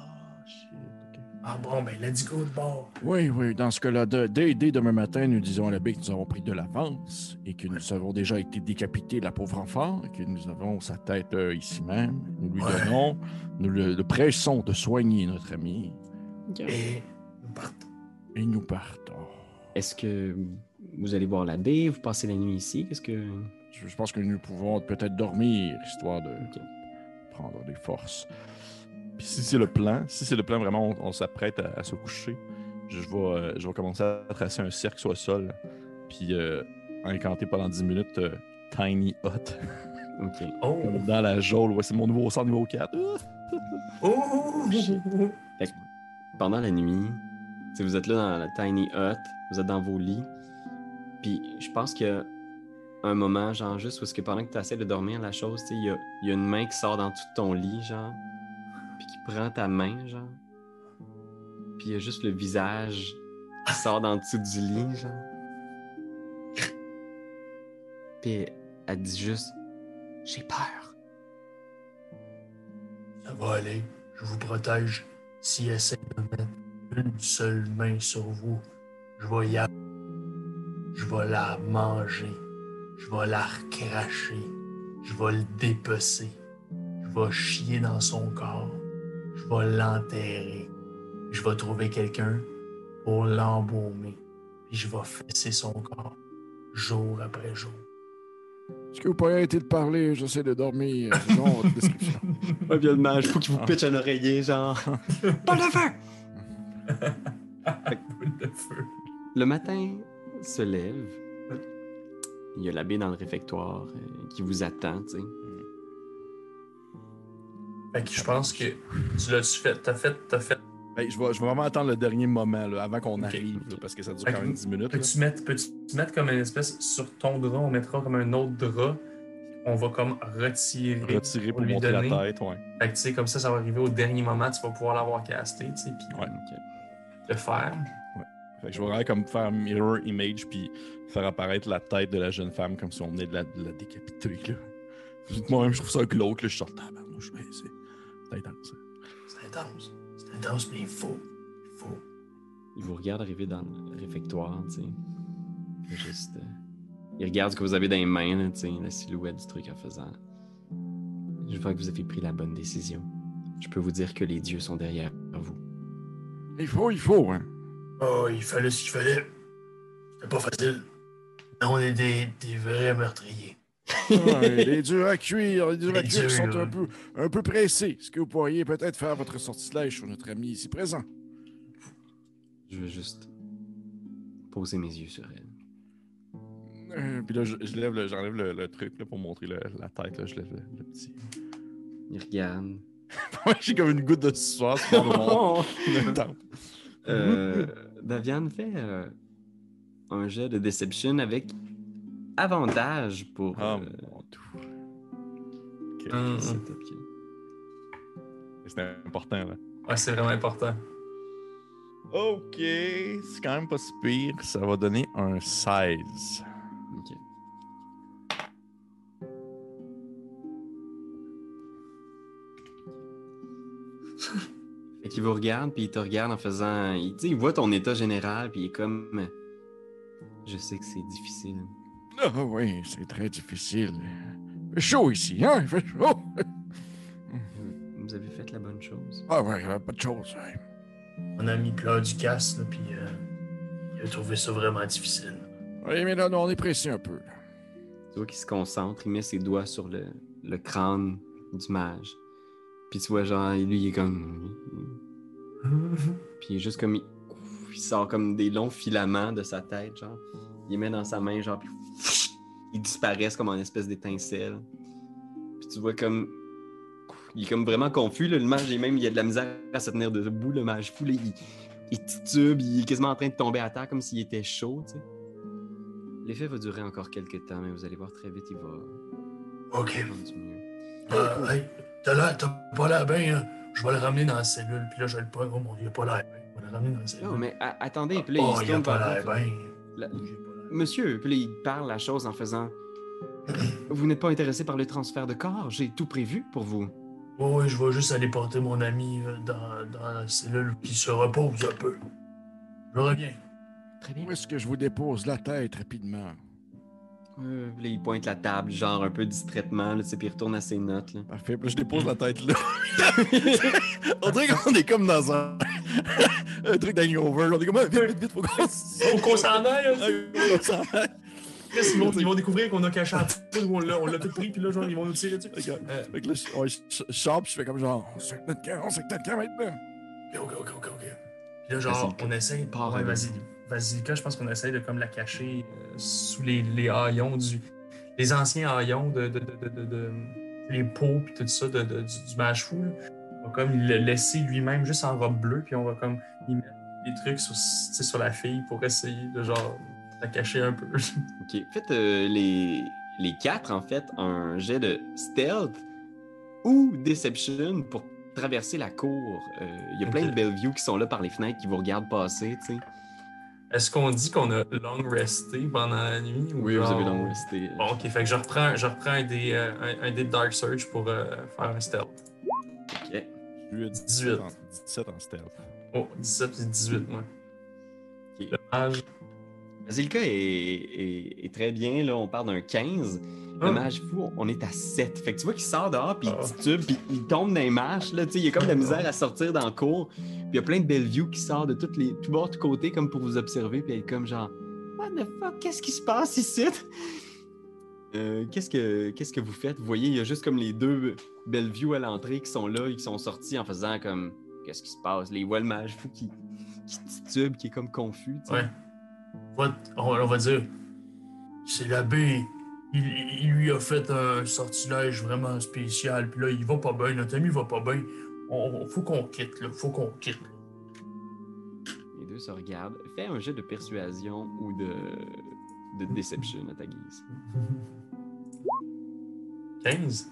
Ah bon, ben let's go de bord. Oui, dans ce cas-là, dès demain matin, nous disons à l'abbé que nous avons pris de l'avance et que nous avons déjà été décapités, la pauvre enfant, et que nous avons sa tête ici même. Nous lui donnons, nous le pressons de soigner notre ami. Et nous partons. Et nous partons. Est-ce que vous allez voir l'abbé, vous passez la nuit ici? Qu'est-ce que... Je pense que nous pouvons peut-être dormir, histoire de prendre des forces. Puis si c'est le plan vraiment, on s'apprête à se coucher, je vais commencer à tracer un cercle sur le sol, puis incanter pendant 10 minutes Tiny Hut. OK. Oh! Dans la geôle, ouais, c'est mon nouveau sort niveau 4. Oh! Fait que pendant la nuit, si vous êtes là dans la tiny hut, vous êtes dans vos lits, puis je pense qu'il y a un moment, genre juste où est-ce que pendant que tu essaies de dormir la chose, tu sais, il y a une main qui sort dans tout ton lit, genre, puis qui prend ta main, genre, puis il y a juste le visage qui sort dans dessous du lit, genre. Puis elle dit juste « J'ai peur ». Ça va aller. Je vous protège. S'il essaie de mettre une seule main sur vous, je vais y aller. Je vais la manger. Je vais la recracher. Je vais le dépecer. Je vais chier dans son corps. Je vais l'enterrer. Je vais trouver quelqu'un pour l'embaumer. Puis je vais fesser son corps jour après jour. Est-ce que vous pourriez arrêter de parler? J'essaie de dormir. Sinon, votre description. Ouais, bien le mage, faut qu'il vous pitche un oreiller, genre « Pas de feu! » Boule de feu. Le matin se lève. Il y a l'abbé dans le réfectoire qui vous attend, tu sais. Fait que je pense que tu l'as-tu fait. T'as fait. Ben, je vais vraiment attendre le dernier moment, là, avant qu'on Ok. arrive, là, parce que ça dure Fait quand que même 10 minutes. là. Peux-tu mettre comme une espèce sur ton drap, on mettra comme un autre drap, on va comme retirer Retirer pour lui monter donner. la tête, ouais. Fait que tu sais, comme ça va arriver au dernier moment, tu vas pouvoir l'avoir casté, tu sais, puis Ouais. le faire. Fait que je vais vraiment comme faire un mirror image puis faire apparaître la tête de la jeune femme comme si on venait de la décapiter, là. Moi-même, je trouve ça glauque, là. Je sors de tabarnouche, mais c'est intense. C'est intense, mais il faut faut. Il vous regarde arriver dans le réfectoire, tu sais. Juste... il regarde ce que vous avez dans les mains, là, tu sais, la silhouette du truc en faisant... Je vois que vous avez pris la bonne décision. Je peux vous dire que les dieux sont derrière vous. Il faut, hein. Oh, il fallait ce qu'il fallait. C'était pas facile. On est des vrais meurtriers. Ouais, les durs à cuire, les durs à Les cuire sont durs, un peu pressés. Est-ce que vous pourriez peut-être faire votre sortilège sur notre ami ici présent? Je veux juste poser mes yeux sur elle. Puis là, j'enlève le truc là, pour montrer la tête. Là, je lève le petit. Il regarde. J'ai comme une goutte de sueur sur mon temple. Daviane fait un jet de Deception avec avantage pour... Ah, mon tout. Ok. setup qui- C'est important, là. Ouais, c'est vraiment important. Ok, c'est quand même pas si pire. Ça va donner un 16. Ok. Fait qu'il vous regarde, puis il te regarde en faisant... Tu sais, il voit ton état général, puis il est comme... Je sais que c'est difficile. Ah oui, c'est très difficile. Il fait chaud ici, hein? Il fait chaud. Vous avez fait la bonne chose. Ah ouais, il n'y avait pas de chose. Ouais. Mon ami pleure du casse, là, puis il a trouvé ça vraiment difficile. Oui, mais là, non, on est pressé un peu. Là. Tu vois qu'il se concentre, il met ses doigts sur le crâne du mage. Puis tu vois, genre, lui, il est comme... Puis il est juste comme... Il sort comme des longs filaments de sa tête, genre. Il les met dans sa main, genre, puis ils disparaissent comme en espèce d'étincelle. Puis tu vois comme... Il est comme vraiment confus, là. Le mage, il a de la misère à se tenir debout, le mage fou, là. Il titube, il est quasiment en train de tomber à terre comme s'il était chaud, tu sais. L'effet va durer encore quelques temps, mais vous allez voir très vite, il va OK. prendre du mieux. Hey, t'as pas l'air bien, hein? Je vais le ramener dans la cellule, puis là, je le prends. Oh mon Dieu, il a pas l'air bien. Je vais le ramener dans la cellule. Non, mais attendez, puis là, Oh, il se il a tourne pas vers l'air vous. bien. La- J'ai pas l'air. Monsieur, puis là, il parle la chose en faisant... Vous n'êtes pas intéressé par le transfert de corps? J'ai tout prévu pour vous. Oui, je vais juste aller porter mon ami dans la cellule qui se repose un peu. Je reviens. Très bien. Où est-ce que je vous dépose la tête rapidement? Puis là, il pointe la table, genre un peu distraitement, là, tu sais, puis il retourne à ses notes, là. Parfait, puis là, je dépose la tête là. On dirait qu'on est comme dans un truc d'hangover. On est comme, vite, faut qu'on Faut qu'on s'en aille, hein? on s'en aille. Chris, ils vont découvrir qu'on a caché un peu, ou on l'a tout pris, puis là, genre, ils vont nous tirer dessus. Fait que là, je chope, je fais comme genre, on sait notre camp maintenant. OK. Puis là, genre, on essaie. Part Ouais, avec vas-y. Vasilika, je pense qu'on essaie de comme la cacher sous les haillons les anciens haillons de les pots puis tout ça du mage fou. Là. On va comme le laisser lui-même juste en robe bleue, puis on va comme y mettre des trucs sur la fille pour essayer de genre la cacher un peu. OK. Faites les quatre, en fait, un jet de stealth ou deception pour traverser la cour. Il y a plein OK. de Bellevue qui sont là par les fenêtres qui vous regardent passer, tu sais. Est-ce qu'on dit qu'on a long resté pendant la nuit? Ou Oui, vous genre- avez long resté. Bon, ok, fait que je reprends un dé de Dark Surge pour faire un stealth. OK. Je lui ai 18. 17 en stealth. Oh, 17 et 18, moi. Ok. Le mage. Basilka est très bien, là. On part d'un 15. Le mage fou, on est à 7. Fait que tu vois qu'il sort dehors, puis il titube, puis il tombe dans les marches, là. Tu sais, il y a comme de la misère à sortir dans le cours. Puis il y a plein de Bellevue qui sortent de tout bord, de côté, comme pour vous observer, puis elle est comme genre, what the fuck, qu'est-ce qui se passe ici? Qu'est-ce que vous faites? Vous voyez, il y a juste comme les deux Bellevue à l'entrée qui sont là et qui sont sortis en faisant comme, qu'est-ce qui se passe? Les voit le mage fou qui titube, qui est comme confus, tu sais. Ouais. On va dire, c'est l'abbé. Il lui a fait un sortilège vraiment spécial. Puis là, il va pas bien. Notre ami va pas bien. Faut qu'on quitte, là. Faut qu'on quitte. Les deux se regardent. Fais un jet de persuasion ou de deception à ta guise. 15?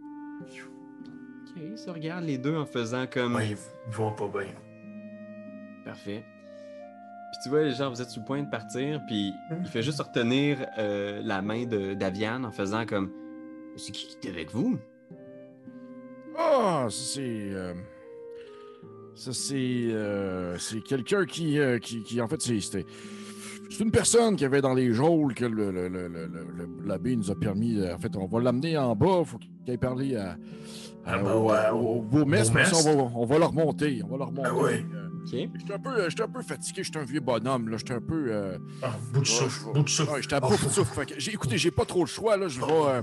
Ok, ils se regardent les deux en faisant comme... Ouais, il va pas bien. Parfait. Puis tu vois, genre, vous êtes sur le point de partir, puis il fait juste retenir la main d'Aviane en faisant comme... C'est qui est avec vous? Ah, Ça, c'est quelqu'un qui, en fait, c'est une personne qui avait dans les geôles que l'abbé nous a permis. En fait, on va l'amener en bas. Il faut qu'il aille parler au bourgmestre. Puis ça, on va le remonter. Ah ouais. OK. J'étais un peu fatigué. J'étais un vieux bonhomme. Là. J'étais un peu... bout de souffle. Ouais, j'étais à bout de souffle. Fait que écoutez, j'ai pas trop le choix. Là.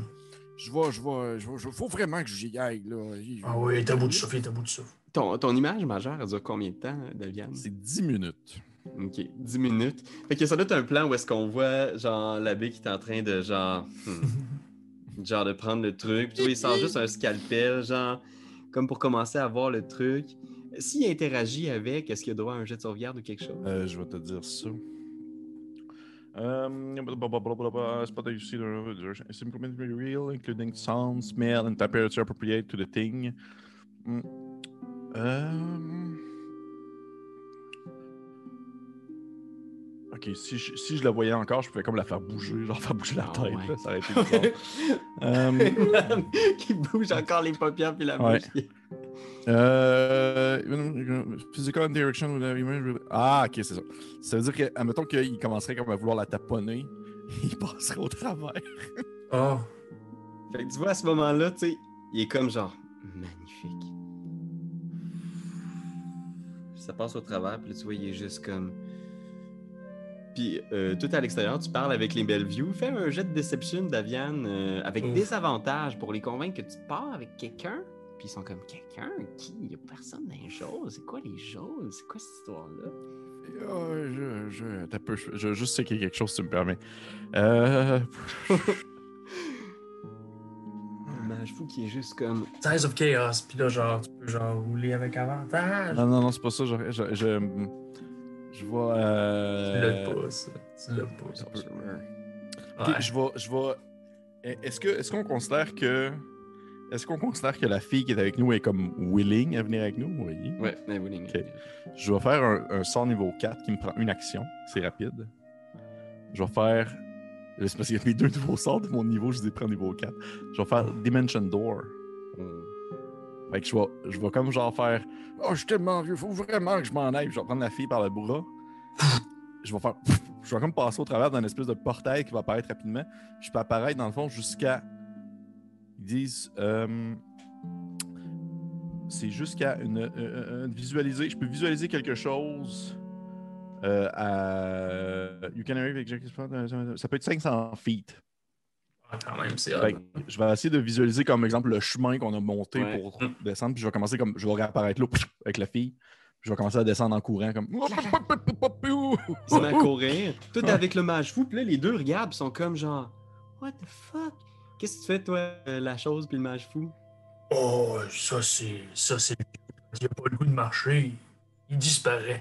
Faut vraiment que j'y aille. Là. Ah oui, t'as bout de souffle. Ton image majeure, elle dure combien de temps, Davian? C'est 10 minutes. OK, 10 minutes. Fait que ça doit être un plan où est-ce qu'on voit, genre, l'abbé qui est en train de, genre... genre, de prendre le truc. Puis tu vois, il sort juste un scalpel, genre, comme pour commencer à voir le truc. S'il interagit avec, est-ce qu'il a droit à un jet de sauvegarde ou quelque chose? Je vais te dire ça. Spot that you see is implementally real, including sound, smell, and temperature appropriate to the thing. Ok, si je la voyais encore, je pouvais comme la faire bouger, genre faire bouger la tête. ouais. Là, ça aurait été bizarre. Qui bouge encore les paupières puis la Ouais. bouche. Physical interaction with the image. Ah, ok, c'est ça. Ça veut dire que, admettons qu'il commencerait comme à vouloir la taponner, il passerait au travers. Oh. Fait que tu vois, à ce moment-là, tu sais, il est comme genre, magnifique. Ça passe au travers, puis là, tu vois, il est juste comme... Puis, tout à l'extérieur, tu parles avec les Bellevue. Fais un jet de Deception, Davian, avec des avantages pour les convaincre que tu pars avec quelqu'un. Puis ils sont comme, quelqu'un? Qui? Il n'y a personne dans les choses. C'est quoi les choses? C'est quoi cette histoire-là? Je juste sais qu'il y a quelque chose, si tu me permets. Un mage fou qui est juste comme... Size of Chaos, pis là, genre, tu peux genre rouler avec avantage. Non, c'est pas ça. Je vois. Tu l'as pas, ça. Tu l'as pas, ça. Ok, je vais. Est-ce qu'on considère que. Est-ce qu'on considère que la fille qui est avec nous est comme willing à venir avec nous? Oui. Ouais, mais willing. Ok. Je vais faire un sort niveau 4 qui me prend une action. C'est rapide. Je vais faire. C'est parce qu'il y a mes deux nouveaux sorts de mon niveau, je les ai pris au niveau 4. Je vais faire Dimension Door. Fait que je vais comme genre faire « Oh, je suis tellement vieux, faut vraiment que je m'en aille. » Je vais prendre la fille par le bras. Je vais comme passer au travers d'un espèce de portail qui va apparaître rapidement. Je peux apparaître dans le fond jusqu'à... Ils disent... c'est jusqu'à visualiser. Je peux visualiser quelque chose You can arrive exactly spot. Ça peut être 500 feet. Ah, quand même, c'est Fait que je vais essayer de visualiser comme exemple le chemin qu'on a monté pour descendre. Puis je vais commencer comme. Je vais réapparaître là avec la fille. Puis je vais commencer à descendre en courant comme. Il se met à courir. Tout avec le mage fou. Puis là, les deux regardent. Ils sont comme genre. What the fuck? Qu'est-ce que tu fais, toi, la chose, puis le mage fou? Oh, ça, c'est. Il a pas le goût de marcher. Il disparaît.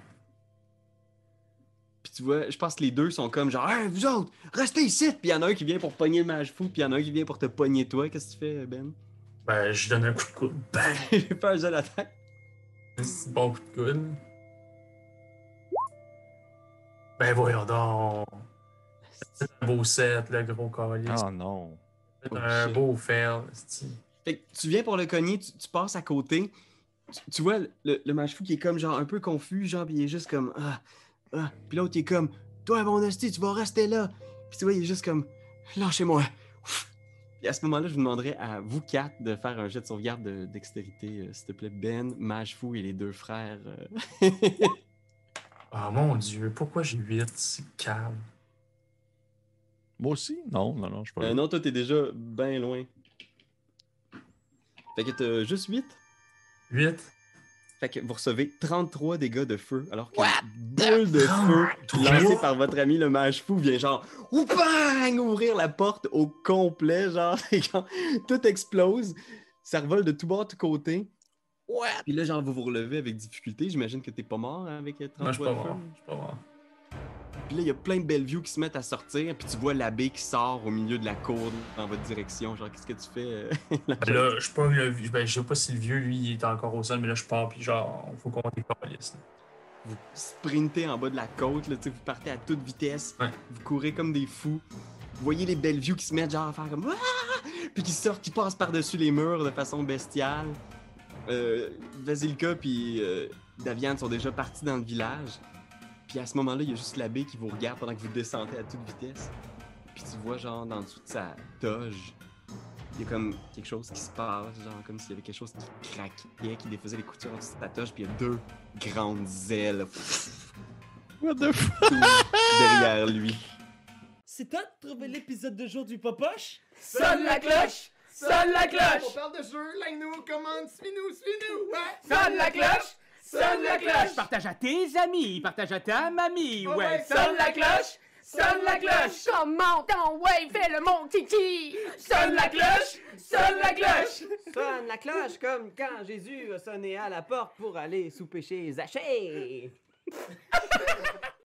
Puis tu vois, je pense que les deux sont comme genre, hey, vous autres, restez ici! Puis il y en a un qui vient pour pogner le mage fou, puis il y en a un qui vient pour te pogner toi. Qu'est-ce que tu fais, Ben? Ben, je donne un coup de coude. Bang! J'ai fait un jeu d'attaque. C'est bon coup de coude. Ben, voyons donc. C'est un beau set, le gros calice. Ah non. C'est un beau fail. Fait que tu viens pour le cogner, tu passes à côté. Tu vois le mage fou qui est comme genre un peu confus, genre, puis il est juste comme Puis l'autre il est comme toi mon esti, tu vas rester là. Puis tu vois, il est juste comme lâchez-moi. Puis à ce moment-là, je vous demanderais à vous quatre de faire un jet de sauvegarde de dextérité, s'il te plaît, Ben, mage fou et les deux frères. Oh mon Dieu, pourquoi j'ai 8? C'est calme. Moi aussi? Non, je suis pas. Non, toi t'es déjà bien loin. Fait que t'as juste 8. 8? Fait que vous recevez 33 dégâts de feu, alors que boule de feu lancée par votre ami le mage fou vient genre bang, ouvrir la porte au complet, genre, et quand tout explose, ça revole de tout bord, de tout côté. Puis là, genre, vous vous relevez avec difficulté. J'imagine que t'es pas mort avec 33 Non, je suis pas de feu. mort. Je suis pas mort. Puis là, il y a plein de Bellevue qui se mettent à sortir, puis tu vois l'abbé qui sort au milieu de la cour dans votre direction. Genre, qu'est-ce que tu fais? Ben là, je pogne le vieux. Ben, je sais pas si le vieux, lui, il est encore au sol, mais là, je pars, puis genre, faut qu'on décollisse. Vous sprintez en bas de la côte, là, vous partez à toute vitesse, vous courez comme des fous. Vous voyez les Bellevue qui se mettent genre à faire comme puis qui sortent, qui passent par-dessus les murs de façon bestiale. Vasilka puis Daviane sont déjà partis dans le village. Puis à ce moment-là, il y a juste l'abbé qui vous regarde pendant que vous descendez à toute vitesse. Puis tu vois, genre, dans dessous de sa toge, il y a comme quelque chose qui se passe, genre comme s'il y avait quelque chose qui craquait, qui défaisait les coutures de sa toge, puis il y a 2 grandes ailes What the fuck? derrière lui. C'est toi de trouver l'épisode de jour du Popoche? Sonne la cloche! Sonne la On cloche! parle de jeu, like-nous, commande, suis-nous, ouais! Sonne la cloche! Sonne la cloche! Partage à tes amis, partage à ta mamie, ouais! Sonne la cloche! Sonne la cloche! Comment ton ouais, fais le mon kiki! Sonne la cloche! Sonne la cloche! Sonne la cloche comme quand Jésus a sonné à la porte pour aller souper chez Zachée.